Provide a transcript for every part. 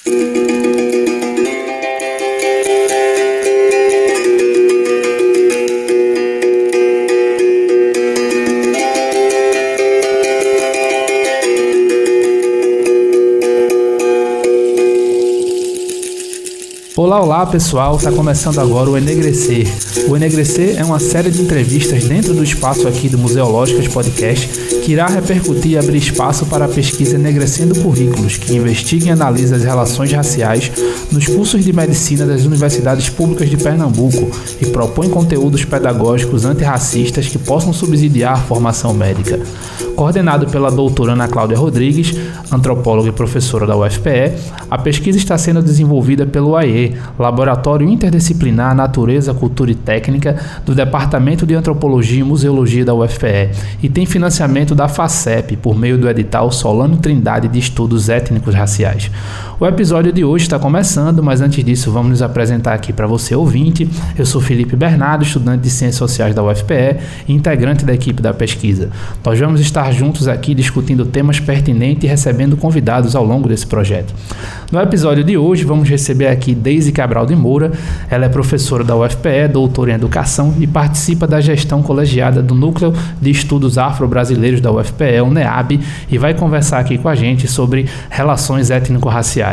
Olá pessoal, está começando agora o Enegrecer. O Enegrecer é uma série de entrevistas dentro do espaço aqui do Museológicas Podcast que irá repercutir e abrir espaço para a pesquisa Enegrecendo Currículos, que investiga e analisa as relações raciais nos cursos de medicina das universidades públicas de Pernambuco e propõe conteúdos pedagógicos antirracistas que possam subsidiar a formação médica. Coordenado pela doutora Ana Cláudia Rodrigues, antropóloga e professora da UFPE, a pesquisa está sendo desenvolvida pelo AIE, Laboratório Interdisciplinar Natureza, Cultura e Técnica, do Departamento de Antropologia e Museologia da UFPE, e tem financiamento da FACEP, por meio do edital Solano Trindade de Estudos Étnicos Raciais. O episódio de hoje está começando, mas antes disso vamos nos apresentar aqui para você ouvinte. Eu sou Felipe Bernardo, estudante de Ciências Sociais da UFPE e integrante da equipe da pesquisa. Nós vamos estar juntos aqui discutindo temas pertinentes e recebendo convidados ao longo desse projeto. No episódio de hoje vamos receber aqui Deise Cabral de Moura. Ela é professora da UFPE, doutora em Educação e participa da gestão colegiada do Núcleo de Estudos Afro-Brasileiros da UFPE, o NEAB, e vai conversar aqui com a gente sobre relações étnico-raciais.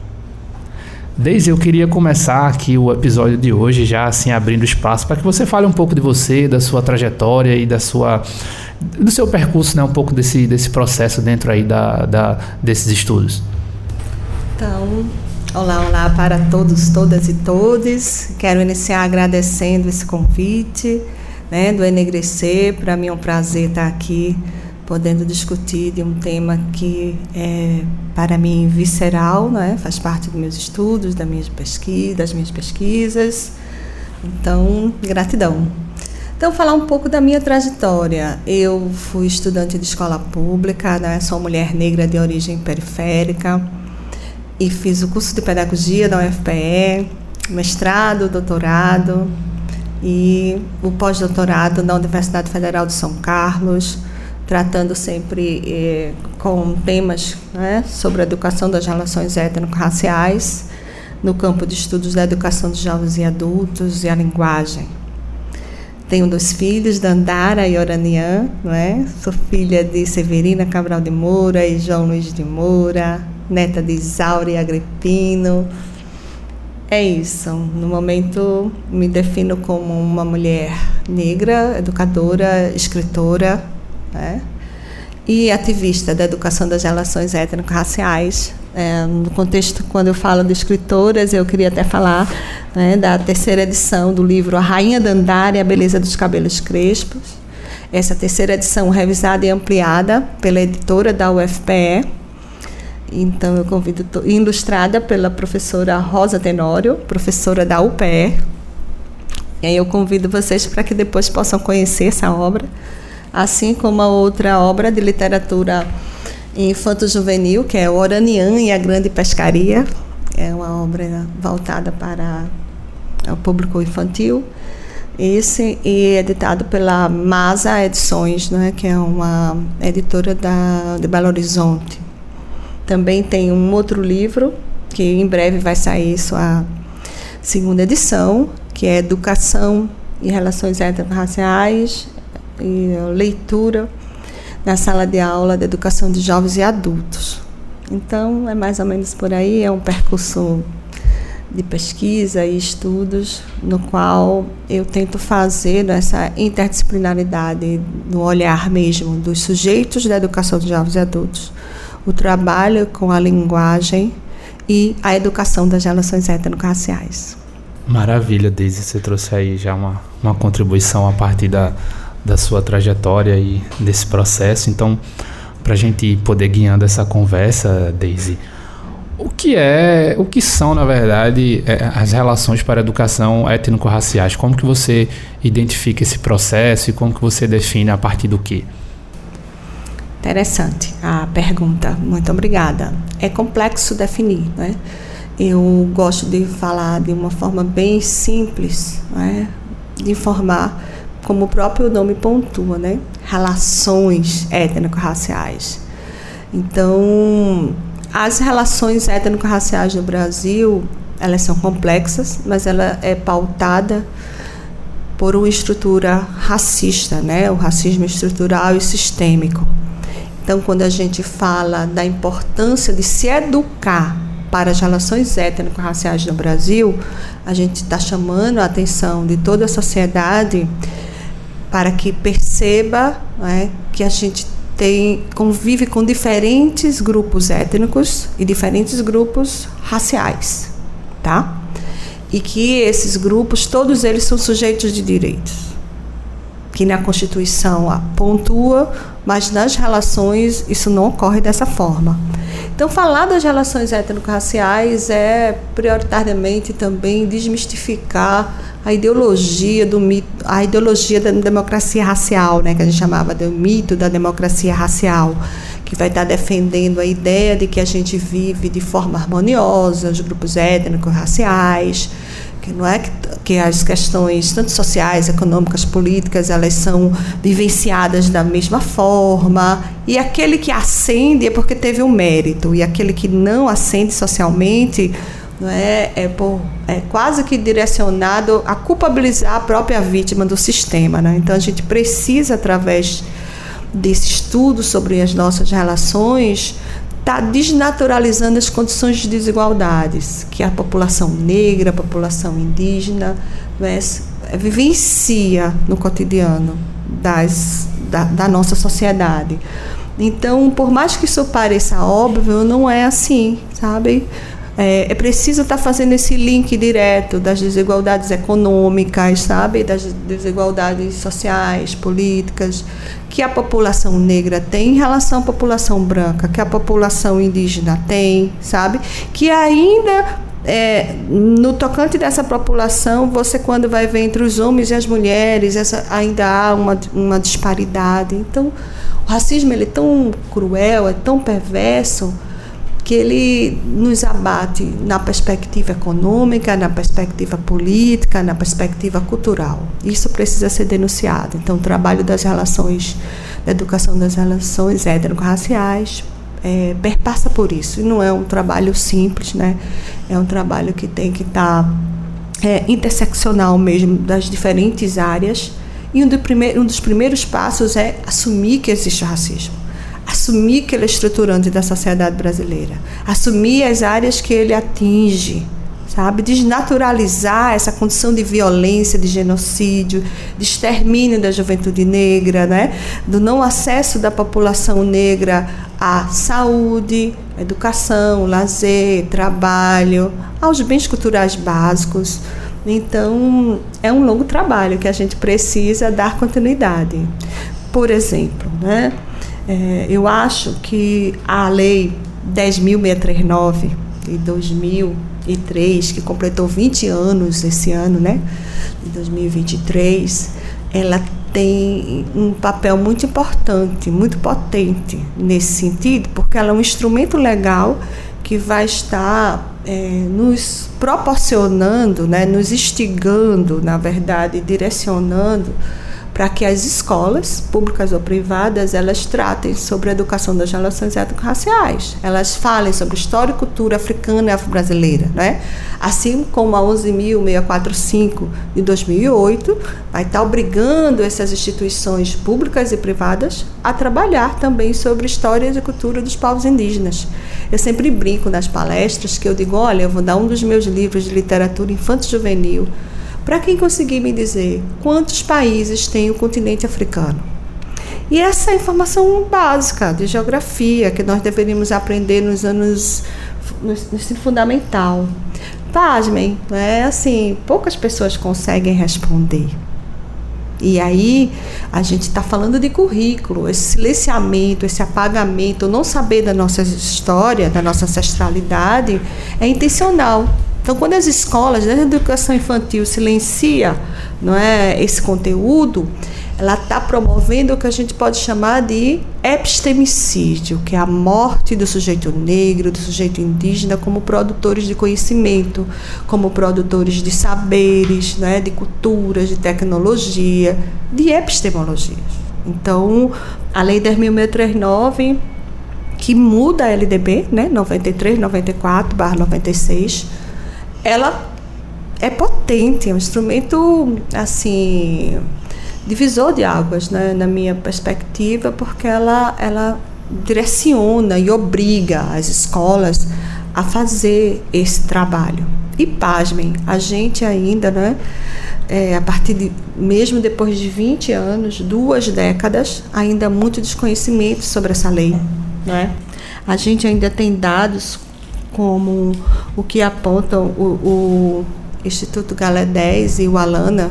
Deise, eu queria começar aqui o episódio de hoje já assim abrindo espaço para que você fale um pouco de você, da sua trajetória e do seu percurso, né, um pouco desse processo dentro aí desses estudos. Então, olá para todos, todas e todes. Quero iniciar agradecendo esse convite, né, do Enegrecer. Para mim é um prazer estar aqui podendo discutir de um tema que é, para mim, visceral, né? Faz parte dos meus estudos, das minhas pesquisas. Então, gratidão. Então, falar um pouco da minha trajetória. Eu fui estudante de escola pública, né? Sou mulher negra de origem periférica e fiz o curso de pedagogia da UFPE, mestrado, doutorado e o pós-doutorado na Universidade Federal de São Carlos, tratando sempre com temas, né, sobre a educação das relações étnico-raciais no campo de estudos da educação de jovens e adultos e a linguagem. Tenho 2 filhos, Dandara e Oranian, né? Sou filha de Severina Cabral de Moura e João Luiz de Moura, neta de Isaura e Agripino. É isso. No momento, me defino como uma mulher negra, educadora, escritora, né? E ativista da educação das relações étnico-raciais. No contexto, quando eu falo de escritoras, eu queria até falar, né, da 3ª edição do livro A Rainha Dandara e a Beleza dos Cabelos Crespos. Essa 3ª edição revisada e ampliada pela editora da UFPE. Então, eu convido, ilustrada pela professora Rosa Tenório, professora da UPE. E aí eu convido vocês para que depois possam conhecer essa obra, assim como a outra obra de literatura infanto-juvenil, que é Oranian e a Grande Pescaria. É uma obra voltada para o público infantil. Esse e editado pela Masa Edições, né, que é uma editora de Belo Horizonte. Também tem um outro livro, que em breve vai sair sua 2ª edição, que é Educação e Relações Étnico-Raciais e leitura na sala de aula de educação de jovens e adultos. Então, é mais ou menos por aí, é um percurso de pesquisa e estudos no qual eu tento fazer essa interdisciplinaridade no olhar mesmo dos sujeitos da educação de jovens e adultos, o trabalho com a linguagem e a educação das relações étnico-raciais. Maravilha, Deise, você trouxe aí já uma contribuição a partir da sua trajetória e desse processo. Então, para a gente poder guiando essa conversa, Deise, o que são, na verdade, as relações para a educação étnico-raciais? Como que você identifica esse processo e como que você define a partir do quê? Interessante a pergunta, muito obrigada. É complexo definir, né? Eu gosto de falar de uma forma bem simples, né? De informar, como o próprio nome pontua, né? Relações étnico-raciais. Então, As relações étnico-raciais no Brasil, elas são complexas, mas ela é pautada por uma estrutura racista, né? O racismo estrutural e sistêmico. Então, quando a gente fala da importância de se educar para as relações étnico-raciais no Brasil, a gente está chamando a atenção de toda a sociedade para que perceba, né, que a gente convive com diferentes grupos étnicos e diferentes grupos raciais, tá? E que esses grupos, todos eles são sujeitos de direitos, que na Constituição pontua, mas nas relações isso não ocorre dessa forma. Então, falar das relações étnico-raciais é prioritariamente também desmistificar a ideologia do mito, a ideologia da democracia racial, né, que a gente chamava de mito da democracia racial, que vai estar defendendo a ideia de que a gente vive de forma harmoniosa, os grupos étnico-raciais, que não é que as questões tanto sociais, econômicas, políticas, elas são vivenciadas da mesma forma, e aquele que ascende é porque teve um mérito, e aquele que não ascende socialmente não é quase que direcionado a culpabilizar a própria vítima do sistema, né? Então a gente precisa, através desse estudo sobre as nossas relações, está desnaturalizando as condições de desigualdades que a população negra, a população indígena, vivencia no cotidiano da nossa sociedade. Então, por mais que isso pareça óbvio, não é assim, sabe? É preciso estar fazendo esse link direto das desigualdades econômicas, sabe? Das desigualdades sociais, políticas, que a população negra tem em relação à população branca, que a população indígena tem, sabe? Que ainda, no tocante dessa população, você quando vai ver entre os homens e as mulheres, ainda há uma disparidade. Então, o racismo ele é tão cruel, é tão perverso, que ele nos abate na perspectiva econômica, na perspectiva política, na perspectiva cultural. Isso precisa ser denunciado. Então, o trabalho das relações, da educação das relações étnico-raciais, perpassa por isso. E não é um trabalho simples, né? É um trabalho que tem que estar interseccional mesmo, das diferentes áreas. E um dos primeiros passos é assumir que existe racismo. Assumir que ele é estruturante da sociedade brasileira, assumir as áreas que ele atinge, sabe? Desnaturalizar essa condição de violência, de genocídio, de extermínio da juventude negra, né? Do não acesso da população negra à saúde, educação, lazer, trabalho, aos bens culturais básicos. Então, é um longo trabalho que a gente precisa dar continuidade. Por exemplo, né? Eu acho que a Lei 10.639 de 2003, que completou 20 anos esse ano, né, de 2023, ela tem um papel muito importante, muito potente nesse sentido, porque ela é um instrumento legal que vai estar nos proporcionando, né, nos instigando, na verdade, direcionando para que as escolas, públicas ou privadas, elas tratem sobre a educação das relações étnico-raciais. Elas falem sobre história e cultura africana e afro-brasileira, né? Assim como a 11.645 de 2008, vai estar obrigando essas instituições públicas e privadas a trabalhar também sobre história e cultura dos povos indígenas. Eu sempre brinco nas palestras que eu digo, olha, eu vou dar um dos meus livros de literatura infanto-juvenil para quem conseguir me dizer quantos países tem o continente africano. E essa é a informação básica de geografia que nós deveríamos aprender no ensino fundamental. Pasmem, assim, poucas pessoas conseguem responder. E aí a gente está falando de currículo, esse silenciamento, esse apagamento, não saber da nossa história, da nossa ancestralidade, é intencional. Então, quando as escolas, desde a educação infantil, silencia, não é, esse conteúdo, ela está promovendo o que a gente pode chamar de epistemicídio, que é a morte do sujeito negro, do sujeito indígena, como produtores de conhecimento, como produtores de saberes, né, de culturas, de tecnologia, de epistemologia. Então, a Lei 10.639, que muda a LDB, né, 93, 94/96, ela é potente, é um instrumento, assim, divisor de águas, né, na minha perspectiva, porque ela direciona e obriga as escolas a fazer esse trabalho. E pasmem, a gente ainda, né, a partir de, mesmo depois de 20 anos, 2 décadas, ainda muito desconhecimento sobre essa lei, né? A gente ainda tem dados como o que apontam o Instituto Galé 10 e o Alana,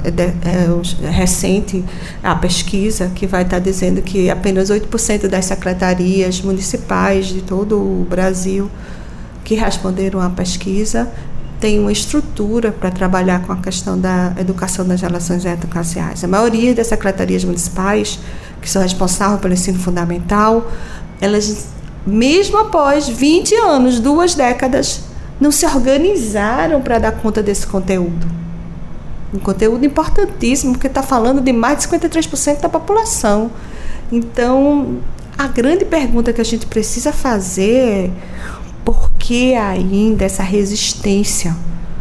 recente a pesquisa, que vai estar dizendo que apenas 8% das secretarias municipais de todo o Brasil que responderam à pesquisa tem uma estrutura para trabalhar com a questão da educação das relações étnico-raciais. A maioria das secretarias municipais, que são responsáveis pelo ensino fundamental, elas, mesmo após 20 anos, 2 décadas, não se organizaram para dar conta desse conteúdo. Um conteúdo importantíssimo, porque está falando de mais de 53% da população. Então, a grande pergunta que a gente precisa fazer é: por que ainda essa resistência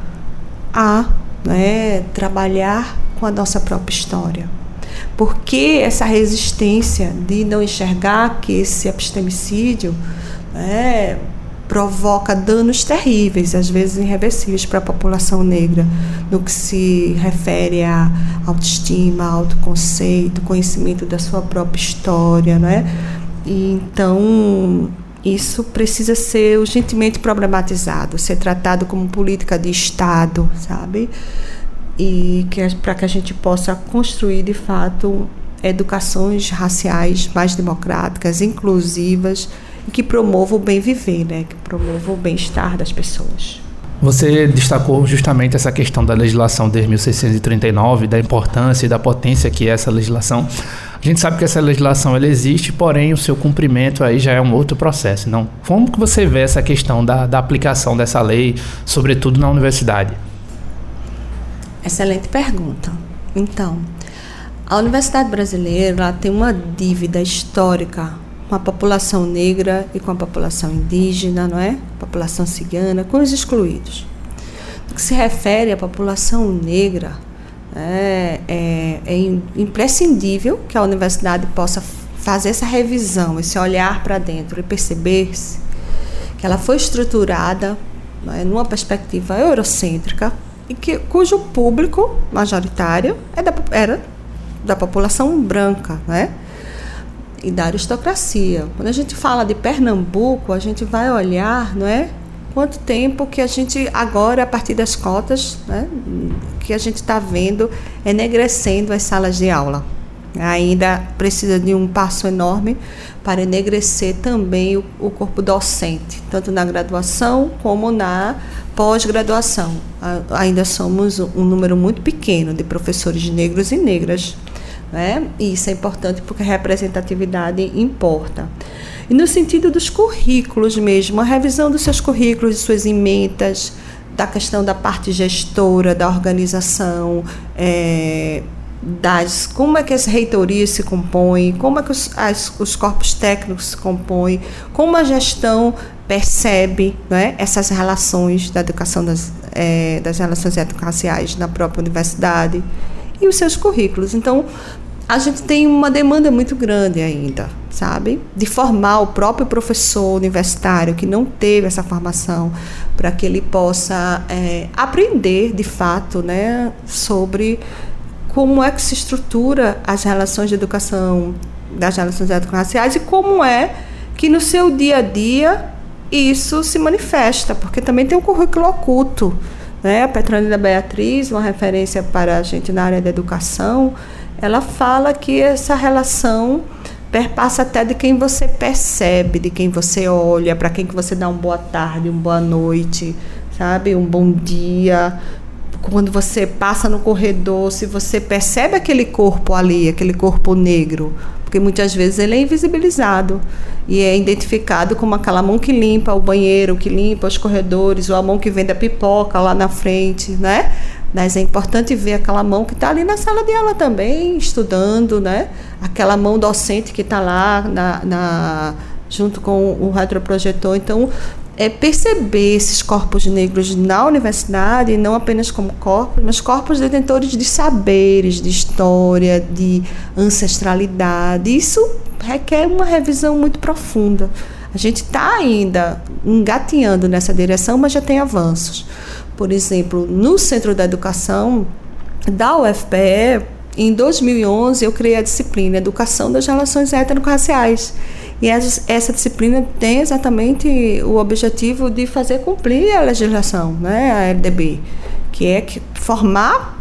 a, né, trabalhar com a nossa própria história? Por que essa resistência de não enxergar que esse epistemicídio, né, provoca danos terríveis, às vezes irreversíveis, para a população negra, no que se refere a autoestima, autoconceito, conhecimento da sua própria história, né? E então, isso precisa ser urgentemente problematizado, ser tratado como política de Estado, sabe? E para que a gente possa construir, de fato, educações raciais mais democráticas, inclusivas, e que promovam o bem viver, né? Que promovam o bem-estar das pessoas. Você destacou justamente essa questão da legislação de 1639, da importância e da potência que é essa legislação. A gente sabe que essa legislação ela existe, porém o seu cumprimento aí já é um outro processo. Então, como que você vê essa questão da aplicação dessa lei, sobretudo na universidade? Excelente pergunta. Então, a Universidade Brasileira ela tem uma dívida histórica com a população negra e com a população indígena, não é? População cigana, com os excluídos. No que se refere à população negra, é imprescindível que a universidade possa fazer essa revisão, esse olhar para dentro e perceber-se que ela foi estruturada, não é, numa perspectiva eurocêntrica e cujo público majoritário era da população branca, né? E da aristocracia. Quando a gente fala de Pernambuco, a gente vai olhar, não é, quanto tempo que a gente agora, a partir das cotas, né, que a gente está vendo enegrecendo as salas de aula. Ainda precisa de um passo enorme para enegrecer também o corpo docente, tanto na graduação como na pós-graduação. Ainda somos um número muito pequeno de professores negros e negras, né? E isso é importante porque a representatividade importa. E no sentido dos currículos mesmo, a revisão dos seus currículos, de suas emendas, da questão da parte gestora, da organização, como é que as reitorias se compõem, como é que os corpos técnicos se compõem, como a gestão percebe, né, essas relações da educação das relações étnico-raciais na própria universidade e os seus currículos. Então, a gente tem uma demanda muito grande ainda, sabe? De formar o próprio professor universitário que não teve essa formação para que ele possa aprender, de fato, né, sobre como é que se estrutura as relações de educação das relações étnico-raciais e como é que no seu dia a dia isso se manifesta, porque também tem um currículo oculto, né? A Petrolina Beatriz, uma referência para a gente na área da educação, ela fala que essa relação perpassa até de quem você percebe, de quem você olha, para quem que você dá uma boa tarde, uma boa noite, sabe? Um bom dia. Quando você passa no corredor, se você percebe aquele corpo ali, aquele corpo negro, porque muitas vezes ele é invisibilizado e é identificado como aquela mão que limpa o banheiro, que limpa os corredores, ou a mão que vende a pipoca lá na frente, né? Mas é importante ver aquela mão que está ali na sala de aula também, estudando, né? Aquela mão docente que está lá junto com o retroprojetor. Então, perceber esses corpos negros na universidade, não apenas como corpos, mas corpos detentores de saberes, de história, de ancestralidade. Isso requer uma revisão muito profunda. A gente está ainda engatinhando nessa direção, mas já tem avanços. Por exemplo, no Centro da Educação da UFPE, em 2011, eu criei a disciplina Educação das Relações Étnico-Raciais. E essa disciplina tem exatamente o objetivo de fazer cumprir a legislação, né, a LDB, que é formar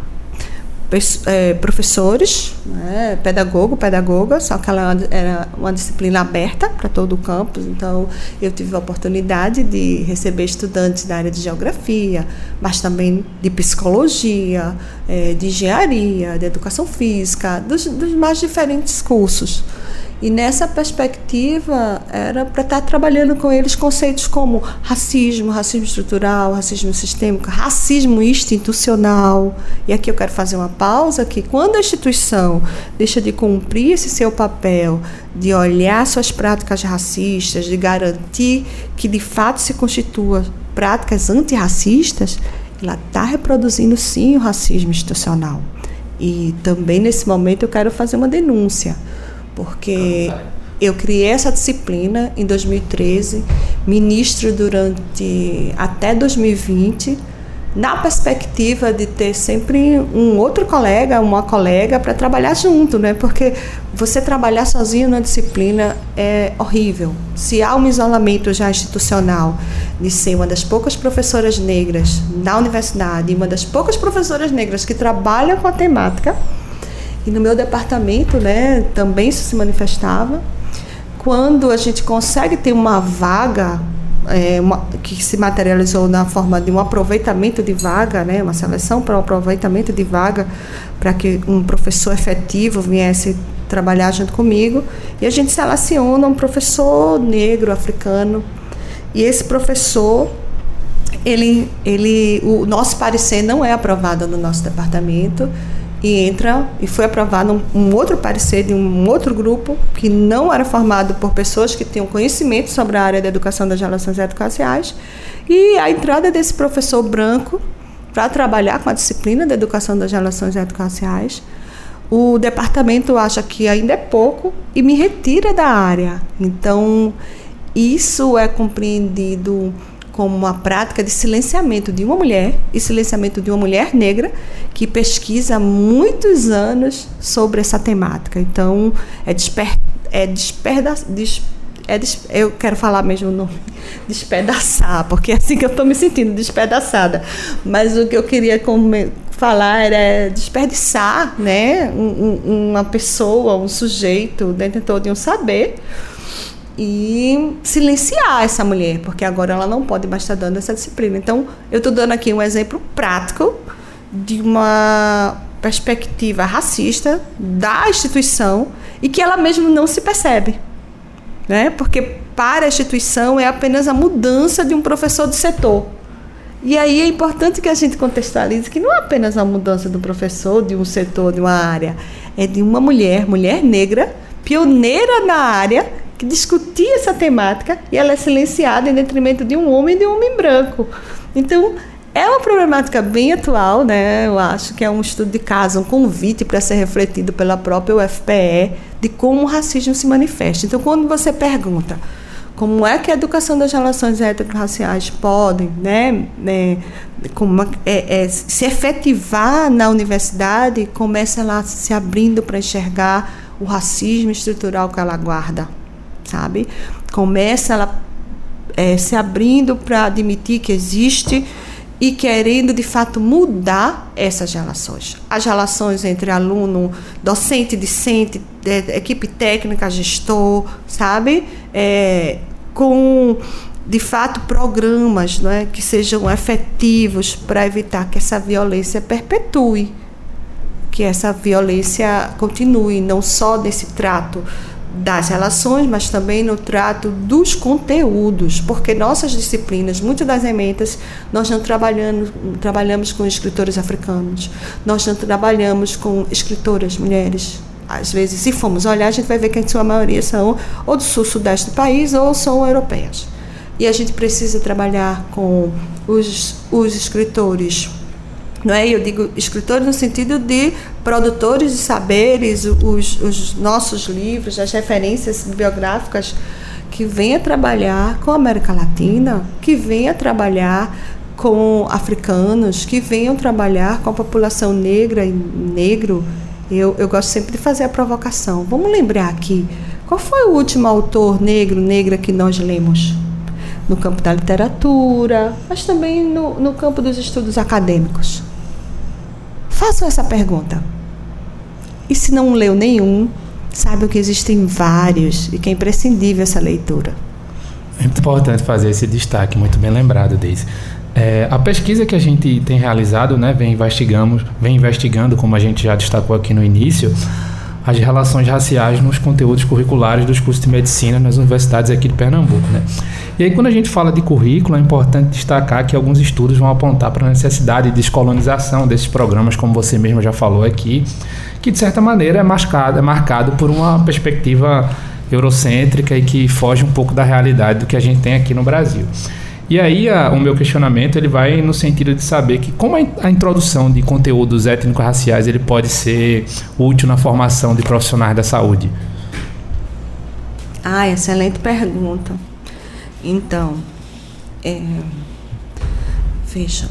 professores, né, pedagoga, só que ela era uma disciplina aberta para todo o campus. Então, eu tive a oportunidade de receber estudantes da área de geografia, mas também de psicologia, de engenharia, de educação física, dos mais diferentes cursos. E nessa perspectiva era para estar trabalhando com eles conceitos como racismo estrutural, racismo sistêmico, racismo institucional. E aqui eu quero fazer uma pausa, que quando a instituição deixa de cumprir esse seu papel de olhar suas práticas racistas, de garantir que de fato se constitua práticas antirracistas, ela está reproduzindo sim o racismo institucional. E também nesse momento eu quero fazer uma denúncia, porque eu criei essa disciplina em 2013, ministro durante até 2020, na perspectiva de ter sempre um outro colega, uma colega para trabalhar junto, né? Porque você trabalhar sozinho na disciplina é horrível. Se há um isolamento já institucional de ser uma das poucas professoras negras na universidade, uma das poucas professoras negras que trabalham com a temática, e no meu departamento, né, também isso se manifestava. Quando a gente consegue ter uma vaga que se materializou na forma de um aproveitamento de vaga, né, uma seleção para um aproveitamento de vaga, para que um professor efetivo viesse trabalhar junto comigo, e a gente seleciona um professor negro, africano, e esse professor, o nosso parecer não é aprovado no nosso departamento, e foi aprovado um outro parecer de um outro grupo que não era formado por pessoas que tinham conhecimento sobre a área da educação das relações étnico-raciais, e a entrada desse professor branco para trabalhar com a disciplina da educação das relações étnico-raciais, o departamento acha que ainda é pouco e me retira da área. Então, isso é compreendido como uma prática de silenciamento de uma mulher, e silenciamento de uma mulher negra que pesquisa há muitos anos sobre essa temática. Então, eu quero falar mesmo o nome, despedaçar, porque é assim que eu estou me sentindo, despedaçada. Mas o que eu queria falar era desperdiçar, né, uma pessoa, um sujeito, detentor de um saber, e silenciar essa mulher, porque agora ela não pode mais estar dando essa disciplina. Então, eu estou dando aqui um exemplo prático de uma perspectiva racista da instituição e que ela mesma não se percebe, né? Porque para a instituição é apenas a mudança de um professor do setor. E aí é importante que a gente contextualize que não é apenas a mudança do professor de um setor, de uma área, é de uma mulher negra, pioneira na área, que discutia essa temática, e ela é silenciada em detrimento de um homem e de um homem branco. Então, é uma problemática bem atual, né? Eu acho que é um estudo de caso, um convite para ser refletido pela própria UFPE de como o racismo se manifesta. Então, quando você pergunta como é que a educação das relações étnico-raciais pode, né, se efetivar na universidade, começa ela se abrindo para enxergar o racismo estrutural que ela guarda, sabe? Começa ela se abrindo para admitir que existe e querendo, de fato, mudar essas relações. As relações entre aluno, docente, discente, equipe técnica, gestor, sabe? Com, de fato, programas, não é, que sejam efetivos para evitar que essa violência perpetue, que essa violência continue, não só nesse trato das relações, mas também no trato dos conteúdos, porque nossas disciplinas, muitas das emendas, nós não trabalhamos com escritores africanos, nós não trabalhamos com escritoras mulheres, às vezes, se formos olhar, a gente vai ver que a sua maioria são ou do sul-sudeste do país ou são europeias. E a gente precisa trabalhar com os escritores, não é? Eu digo escritores no sentido de produtores de saberes, os nossos livros, as referências bibliográficas, que venha trabalhar com a América Latina, que venha trabalhar com africanos, que venham trabalhar com a população negra e negro. Eu gosto sempre de fazer a provocação. Vamos lembrar aqui, qual foi o último autor negro, negra que nós lemos? No campo da literatura, mas também no campo dos estudos acadêmicos. Façam essa pergunta. E se não leu nenhum, saibam que existem vários e que é imprescindível essa leitura. É muito importante fazer esse destaque, muito bem lembrado, Deise. A pesquisa que a gente tem realizado, né, vem investigando, como a gente já destacou aqui no início, as relações raciais nos conteúdos curriculares dos cursos de medicina nas universidades aqui de Pernambuco, né? E aí, quando a gente fala de currículo, é importante destacar que alguns estudos vão apontar para a necessidade de descolonização desses programas, como você mesmo já falou aqui, que de certa maneira é marcado por uma perspectiva eurocêntrica e que foge um pouco da realidade do que a gente tem aqui no Brasil. E aí o meu questionamento ele vai no sentido de saber que como a introdução de conteúdos étnico-raciais ele pode ser útil na formação de profissionais da saúde. Excelente pergunta. Então, veja,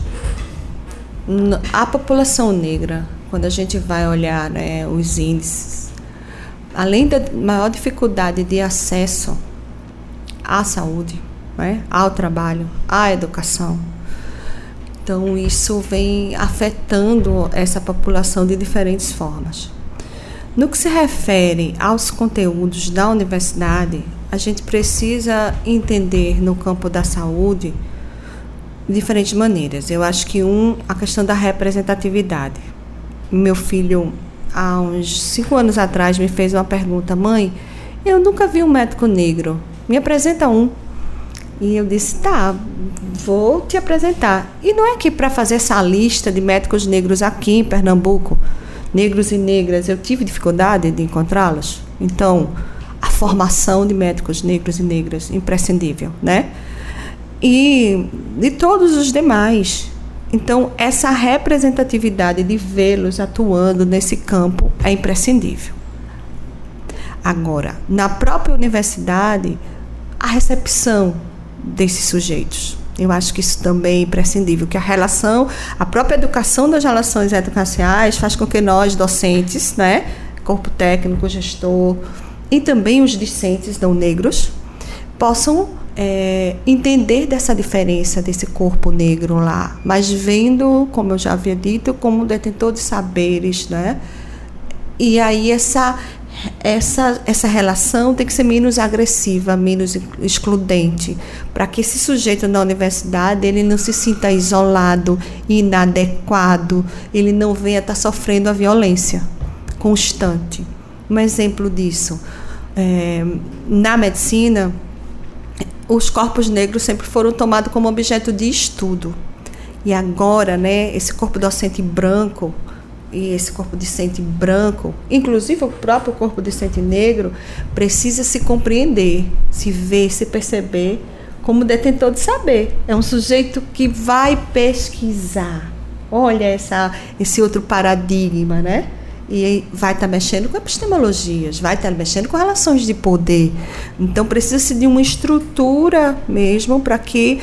a população negra, quando a gente vai olhar, né, os índices, além da maior dificuldade de acesso à saúde, né, ao trabalho, à educação. Então, isso vem afetando essa população de diferentes formas. No que se refere aos conteúdos da universidade, a gente precisa entender no campo da saúde de diferentes maneiras. Eu acho que a questão da representatividade. Meu filho, há uns 5 anos atrás, me fez uma pergunta: mãe, eu nunca vi um médico negro, me apresenta um. E eu disse, tá, vou te apresentar. E não é que para fazer essa lista de médicos negros aqui em Pernambuco, negros e negras, eu tive dificuldade de encontrá-los. Então, a formação de médicos negros e negras, imprescindível, né? E de todos os demais. Então, essa representatividade de vê-los atuando nesse campo é imprescindível. Agora, na própria universidade, a recepção desses sujeitos. Eu acho que isso também é imprescindível, que a própria educação das relações étnico-raciais faz com que nós, docentes, né, corpo técnico, gestor, e também os discentes não negros, possam entender dessa diferença desse corpo negro lá, mas vendo, como eu já havia dito, como detentor de saberes, né? E aí essa relação tem que ser menos agressiva, menos excludente, para que esse sujeito na universidade ele não se sinta isolado, inadequado, ele não venha estar sofrendo a violência constante. Um exemplo disso, na medicina, os corpos negros sempre foram tomados como objeto de estudo. E agora, né, esse corpo docente branco e esse corpo discente branco, inclusive o próprio corpo discente negro, precisa se compreender, se ver, se perceber como detentor de saber. É um sujeito que vai pesquisar. Olha esse outro paradigma, né? E vai estar mexendo com epistemologias, vai estar mexendo com relações de poder. Então, precisa-se de uma estrutura mesmo para que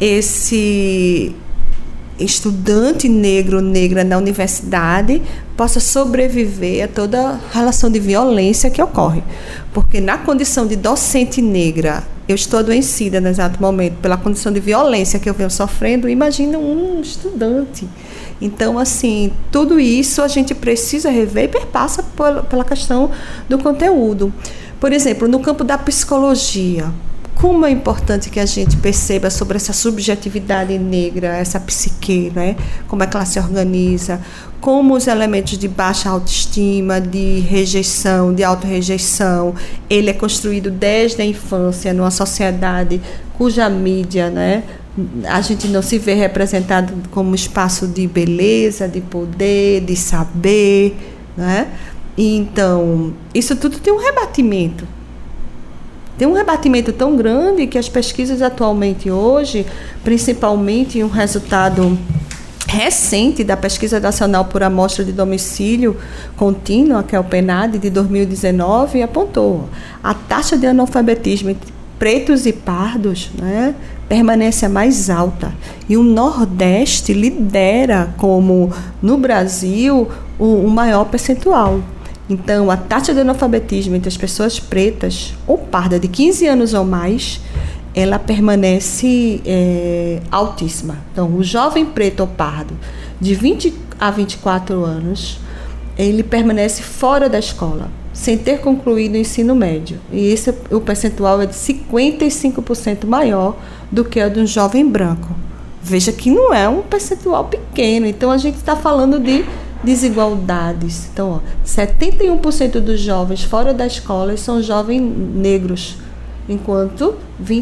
esse estudante negro ou negra na universidade possa sobreviver a toda relação de violência que ocorre. Porque na condição de docente negra, eu estou adoecida no exato momento pela condição de violência que eu venho sofrendo, imagina um estudante. Então, assim, tudo isso a gente precisa rever e perpassa pela questão do conteúdo. Por exemplo, no campo da psicologia, como é importante que a gente perceba sobre essa subjetividade negra, essa psique, né? Como é que ela se organiza, como os elementos de baixa autoestima, de rejeição, de autorrejeição, ele é construído desde a infância numa sociedade cuja mídia, né, a gente não se vê representado como espaço de beleza, de poder, de saber, né? Então, isso tudo tem um rebatimento. Tem um rebatimento tão grande que as pesquisas atualmente hoje, principalmente um resultado recente da Pesquisa Nacional por Amostra de Domicílio Contínua, que é o PNAD, de 2019, apontou a taxa de analfabetismo entre pretos e pardos, né, permanece a mais alta. E o Nordeste lidera como, no Brasil, o maior percentual. Então, a taxa de analfabetismo entre as pessoas pretas ou pardas de 15 anos ou mais, ela permanece altíssima. Então, o jovem preto ou pardo de 20 a 24 anos, ele permanece fora da escola, sem ter concluído o ensino médio. E o percentual é de 55% maior do que o de um jovem branco. Veja que não é um percentual pequeno. Então, a gente está falando de desigualdades. Então, 71% dos jovens fora da escola são jovens negros, enquanto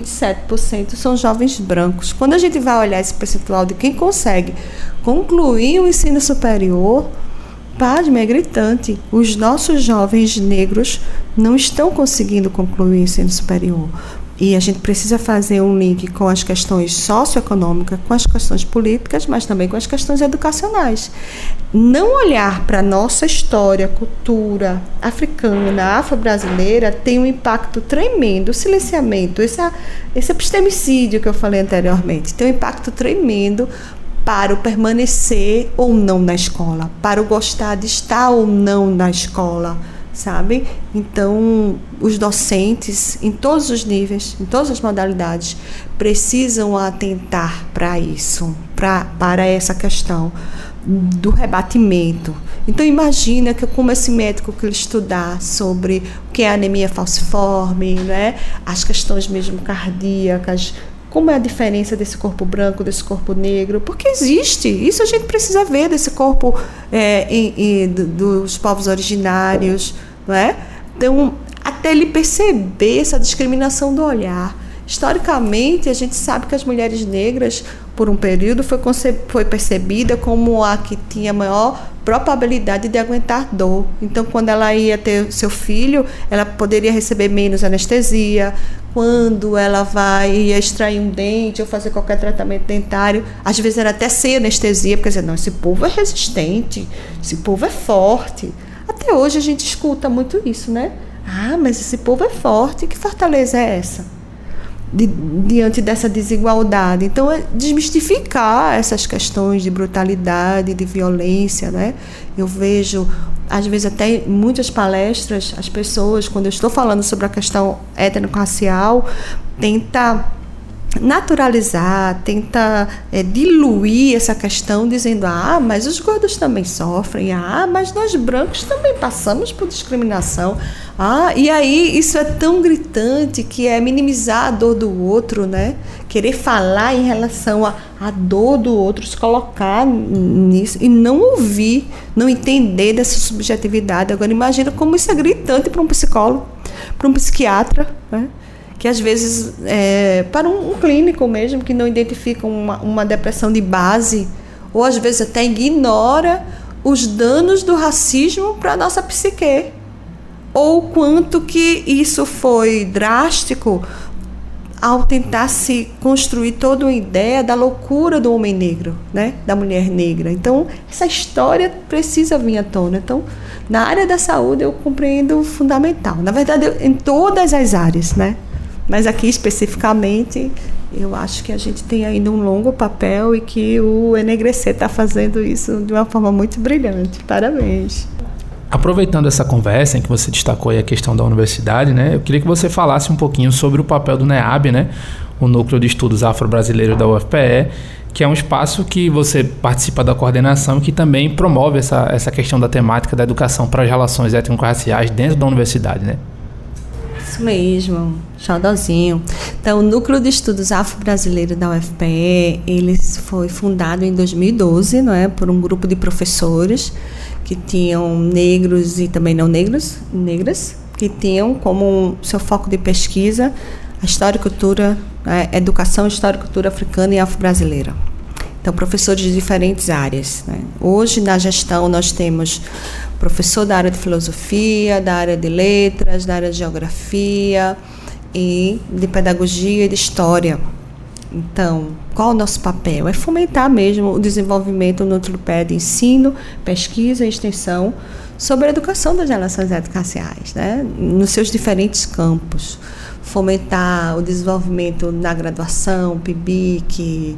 27% são jovens brancos. Quando a gente vai olhar esse percentual de quem consegue concluir o ensino superior, pasme, é gritante. Os nossos jovens negros não estão conseguindo concluir o ensino superior. E a gente precisa fazer um link com as questões socioeconômicas, com as questões políticas, mas também com as questões educacionais. Não olhar para a nossa história, cultura africana, afro-brasileira, tem um impacto tremendo. O silenciamento, esse epistemicídio que eu falei anteriormente, tem um impacto tremendo para o permanecer ou não na escola, para o gostar de estar ou não na escola, sabe? Então, os docentes, em todos os níveis, em todas as modalidades, precisam atentar para isso, para essa questão do rebatimento. Então, imagina que como esse médico que ele estudar sobre o que é anemia falciforme, né? As questões mesmo cardíacas, como é a diferença desse corpo branco, desse corpo negro, porque existe. Isso a gente precisa ver desse corpo dos povos originários, não é? Então, até ele perceber essa discriminação do olhar. Historicamente, a gente sabe que as mulheres negras, por um período, foi percebida como a que tinha maior probabilidade de aguentar dor. Então, quando ela ia ter seu filho, ela poderia receber menos anestesia. Quando ela ia extrair um dente ou fazer qualquer tratamento dentário, às vezes era até sem anestesia, porque dizia, não, esse povo é resistente, esse povo é forte. Até hoje a gente escuta muito isso, né? Ah, mas esse povo é forte, que fortaleza é essa? Diante dessa desigualdade. Então, é desmistificar essas questões de brutalidade, de violência, né? Eu vejo, às vezes até em muitas palestras, as pessoas, quando eu estou falando sobre a questão étnico-racial, tenta naturalizar, tenta diluir essa questão, dizendo, mas os gordos também sofrem, mas nós brancos também passamos por discriminação. E aí isso é tão gritante que é minimizar a dor do outro, né? Querer falar em relação à dor do outro, se colocar nisso e não ouvir, não entender dessa subjetividade. Agora imagina como isso é gritante para um psicólogo, para um psiquiatra, né? Que às vezes, para um clínico mesmo, que não identifica uma depressão de base, ou às vezes até ignora os danos do racismo para a nossa psique, ou quanto que isso foi drástico ao tentar se construir toda uma ideia da loucura do homem negro, né? Da mulher negra. Então, essa história precisa vir à tona. Então, na área da saúde, eu compreendo fundamental. Na verdade, em todas as áreas, né? Mas aqui especificamente, eu acho que a gente tem ainda um longo papel e que o Enegrecer está fazendo isso de uma forma muito brilhante. Parabéns. Aproveitando essa conversa em que você destacou aí a questão da universidade, né, eu queria que você falasse um pouquinho sobre o papel do NEAB, né, o Núcleo de Estudos Afro-Brasileiros da UFPE, que é um espaço que você participa da coordenação e que também promove essa questão da temática da educação para as relações étnico-raciais dentro da universidade, né? Isso mesmo, xodózinho. Então, o Núcleo de Estudos Afro-Brasileiros da UFPE, ele foi fundado em 2012, não é, por um grupo de professores que tinham negros e também não negras, que tinham como seu foco de pesquisa a história e cultura, educação, história e cultura africana e afro-brasileira. Então, professores de diferentes áreas, né? Hoje, na gestão, nós temos professor da área de filosofia, da área de letras, da área de geografia e de pedagogia e de história. Então, qual o nosso papel? É fomentar mesmo o desenvolvimento no tripé de ensino, pesquisa e extensão sobre a educação das relações étnico-raciais, né? Nos seus diferentes campos. Fomentar o desenvolvimento na graduação, PIBIC,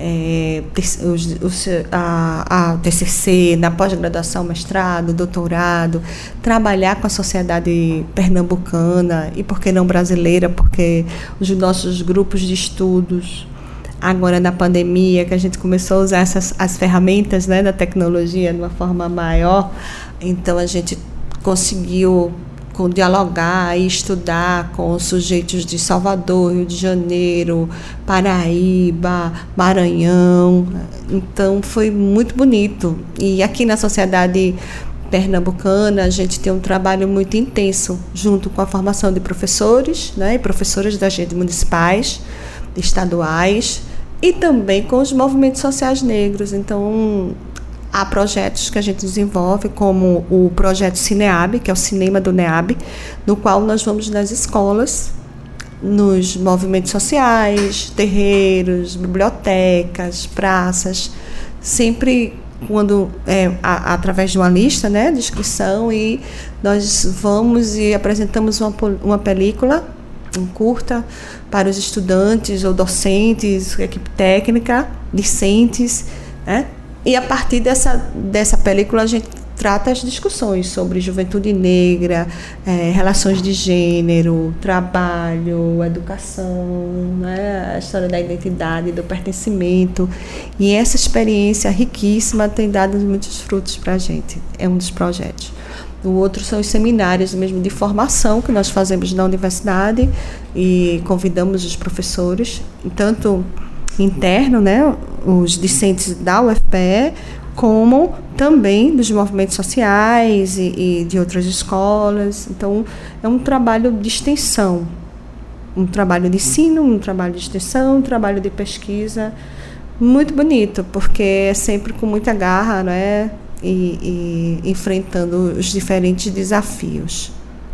a TCC, na pós-graduação, mestrado, doutorado, trabalhar com a sociedade pernambucana e, por que não, brasileira, porque os nossos grupos de estudos, agora na pandemia, que a gente começou a usar as ferramentas, né, da tecnologia de uma forma maior, então a gente conseguiu dialogar e estudar com sujeitos de Salvador, Rio de Janeiro, Paraíba, Maranhão. Então, foi muito bonito. E aqui na sociedade pernambucana, a gente tem um trabalho muito intenso, junto com a formação de professores, né, e professoras das redes municipais, estaduais, e também com os movimentos sociais negros. Então, há projetos que a gente desenvolve, como o projeto Cineab, que é o cinema do NEAB, no qual nós vamos nas escolas, nos movimentos sociais, terreiros, bibliotecas, praças, sempre quando através de uma lista, né, de inscrição, e nós vamos e apresentamos uma película, um curta, para os estudantes ou docentes, equipe técnica, discentes, né? E a partir dessa película a gente trata as discussões sobre juventude negra, relações de gênero, trabalho, educação, né, a história da identidade, do pertencimento. E essa experiência riquíssima tem dado muitos frutos para a gente. É um dos projetos. O outro são os seminários mesmo de formação que nós fazemos na universidade e convidamos os professores, tanto interno, né, os discentes da UFPE, como também dos movimentos sociais e de outras escolas. Então, é um trabalho de extensão, um trabalho de ensino, um trabalho de extensão, um trabalho de pesquisa, muito bonito, porque é sempre com muita garra, né, e enfrentando os diferentes desafios.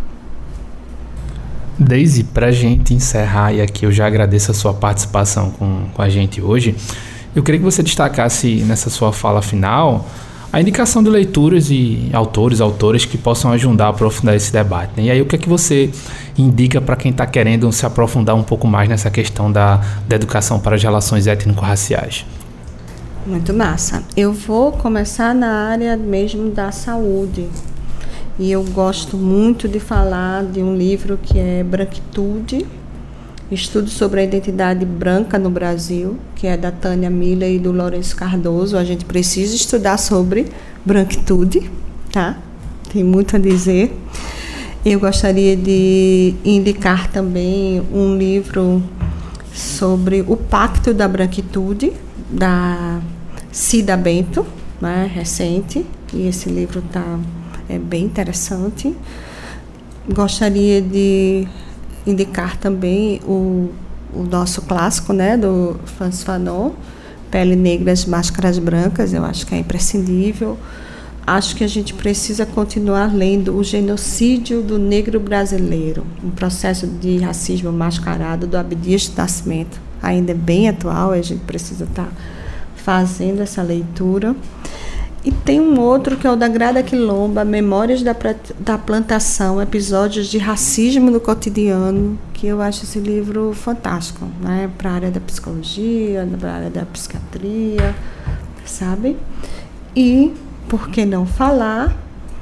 Daisy, para a gente encerrar, e aqui eu já agradeço a sua participação com a gente hoje, eu queria que você destacasse nessa sua fala final a indicação de leituras e autores, que possam ajudar a aprofundar esse debate, né? E aí o que é que você indica para quem está querendo se aprofundar um pouco mais nessa questão da educação para as relações étnico-raciais? Muito massa. Eu vou começar na área mesmo da saúde. E eu gosto muito de falar de um livro que é Branquitude, Estudo sobre a Identidade Branca no Brasil, que é da Tânia Miller e do Lourenço Cardoso. A gente precisa estudar sobre branquitude, tá? Tem muito a dizer. Eu gostaria de indicar também um livro sobre o Pacto da Branquitude, da Cida Bento, né, recente, e esse livro é bem interessante. Gostaria de indicar também o nosso clássico, né, do Frantz Fanon, Pele Negras, Máscaras Brancas. Eu acho que é imprescindível. Acho que a gente precisa continuar lendo O Genocídio do Negro Brasileiro, um processo de racismo mascarado, do Abdias do Nascimento. Ainda é bem atual, a gente precisa estar fazendo essa leitura. E tem um outro que é o da Grada Quilomba, Memórias da Plantação, Episódios de Racismo no Cotidiano, que eu acho esse livro fantástico, né? Para a área da psicologia, para a área da psiquiatria, sabe? E, por que não falar,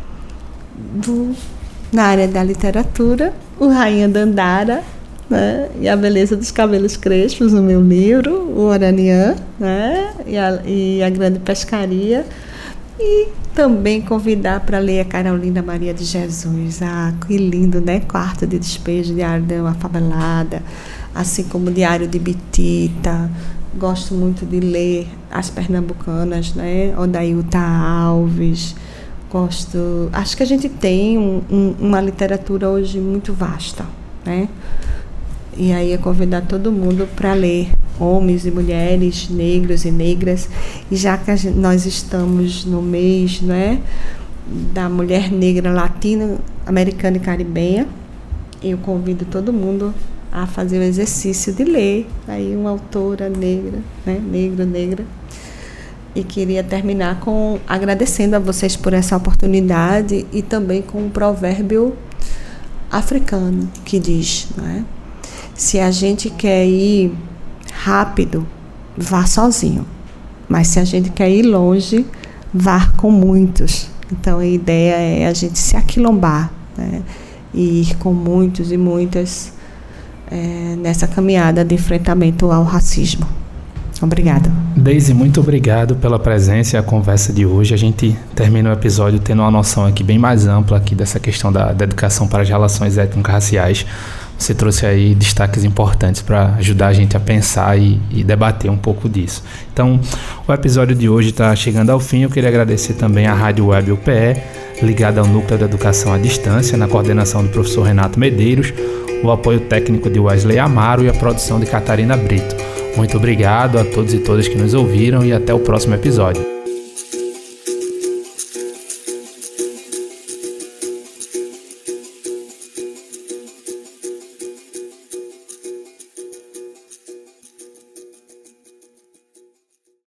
na área da literatura, o Rainha Dandara, né? E a Beleza dos Cabelos Crespos, no meu livro, o Oranian, né? E a Grande Pescaria. E também convidar para ler a Carolina Maria de Jesus. Ah, que lindo, né? Quarto de Despejo, Diário de uma Favelada, assim como o Diário de Bitita. Gosto muito de ler as pernambucanas, né? Odailta Alves. Acho que a gente tem uma literatura hoje muito vasta, né? E aí eu convidar todo mundo para ler, homens e mulheres, negros e negras. E já que nós estamos no mês, não é, da mulher negra latino-americana e caribenha, eu convido todo mundo a fazer o exercício de ler aí uma autora negra, né, negro, negra. E queria terminar agradecendo a vocês por essa oportunidade e também com um provérbio africano que diz, não é? Se a gente quer ir rápido, vá sozinho. Mas se a gente quer ir longe, vá com muitos. Então a ideia é a gente se aquilombar, né? E ir com muitos e muitas nessa caminhada de enfrentamento ao racismo. Obrigada. Deise, muito obrigado pela presença e a conversa de hoje. A gente termina o episódio tendo uma noção aqui bem mais ampla aqui dessa questão da educação para as relações étnico-raciais. Você trouxe aí destaques importantes para ajudar a gente a pensar e debater um pouco disso. Então, o episódio de hoje está chegando ao fim. Eu queria agradecer também à Rádio Web UPE, ligada ao Núcleo da Educação à Distância, na coordenação do professor Renato Medeiros, o apoio técnico de Wesley Amaro e a produção de Catarina Brito. Muito obrigado a todos e todas que nos ouviram e até o próximo episódio.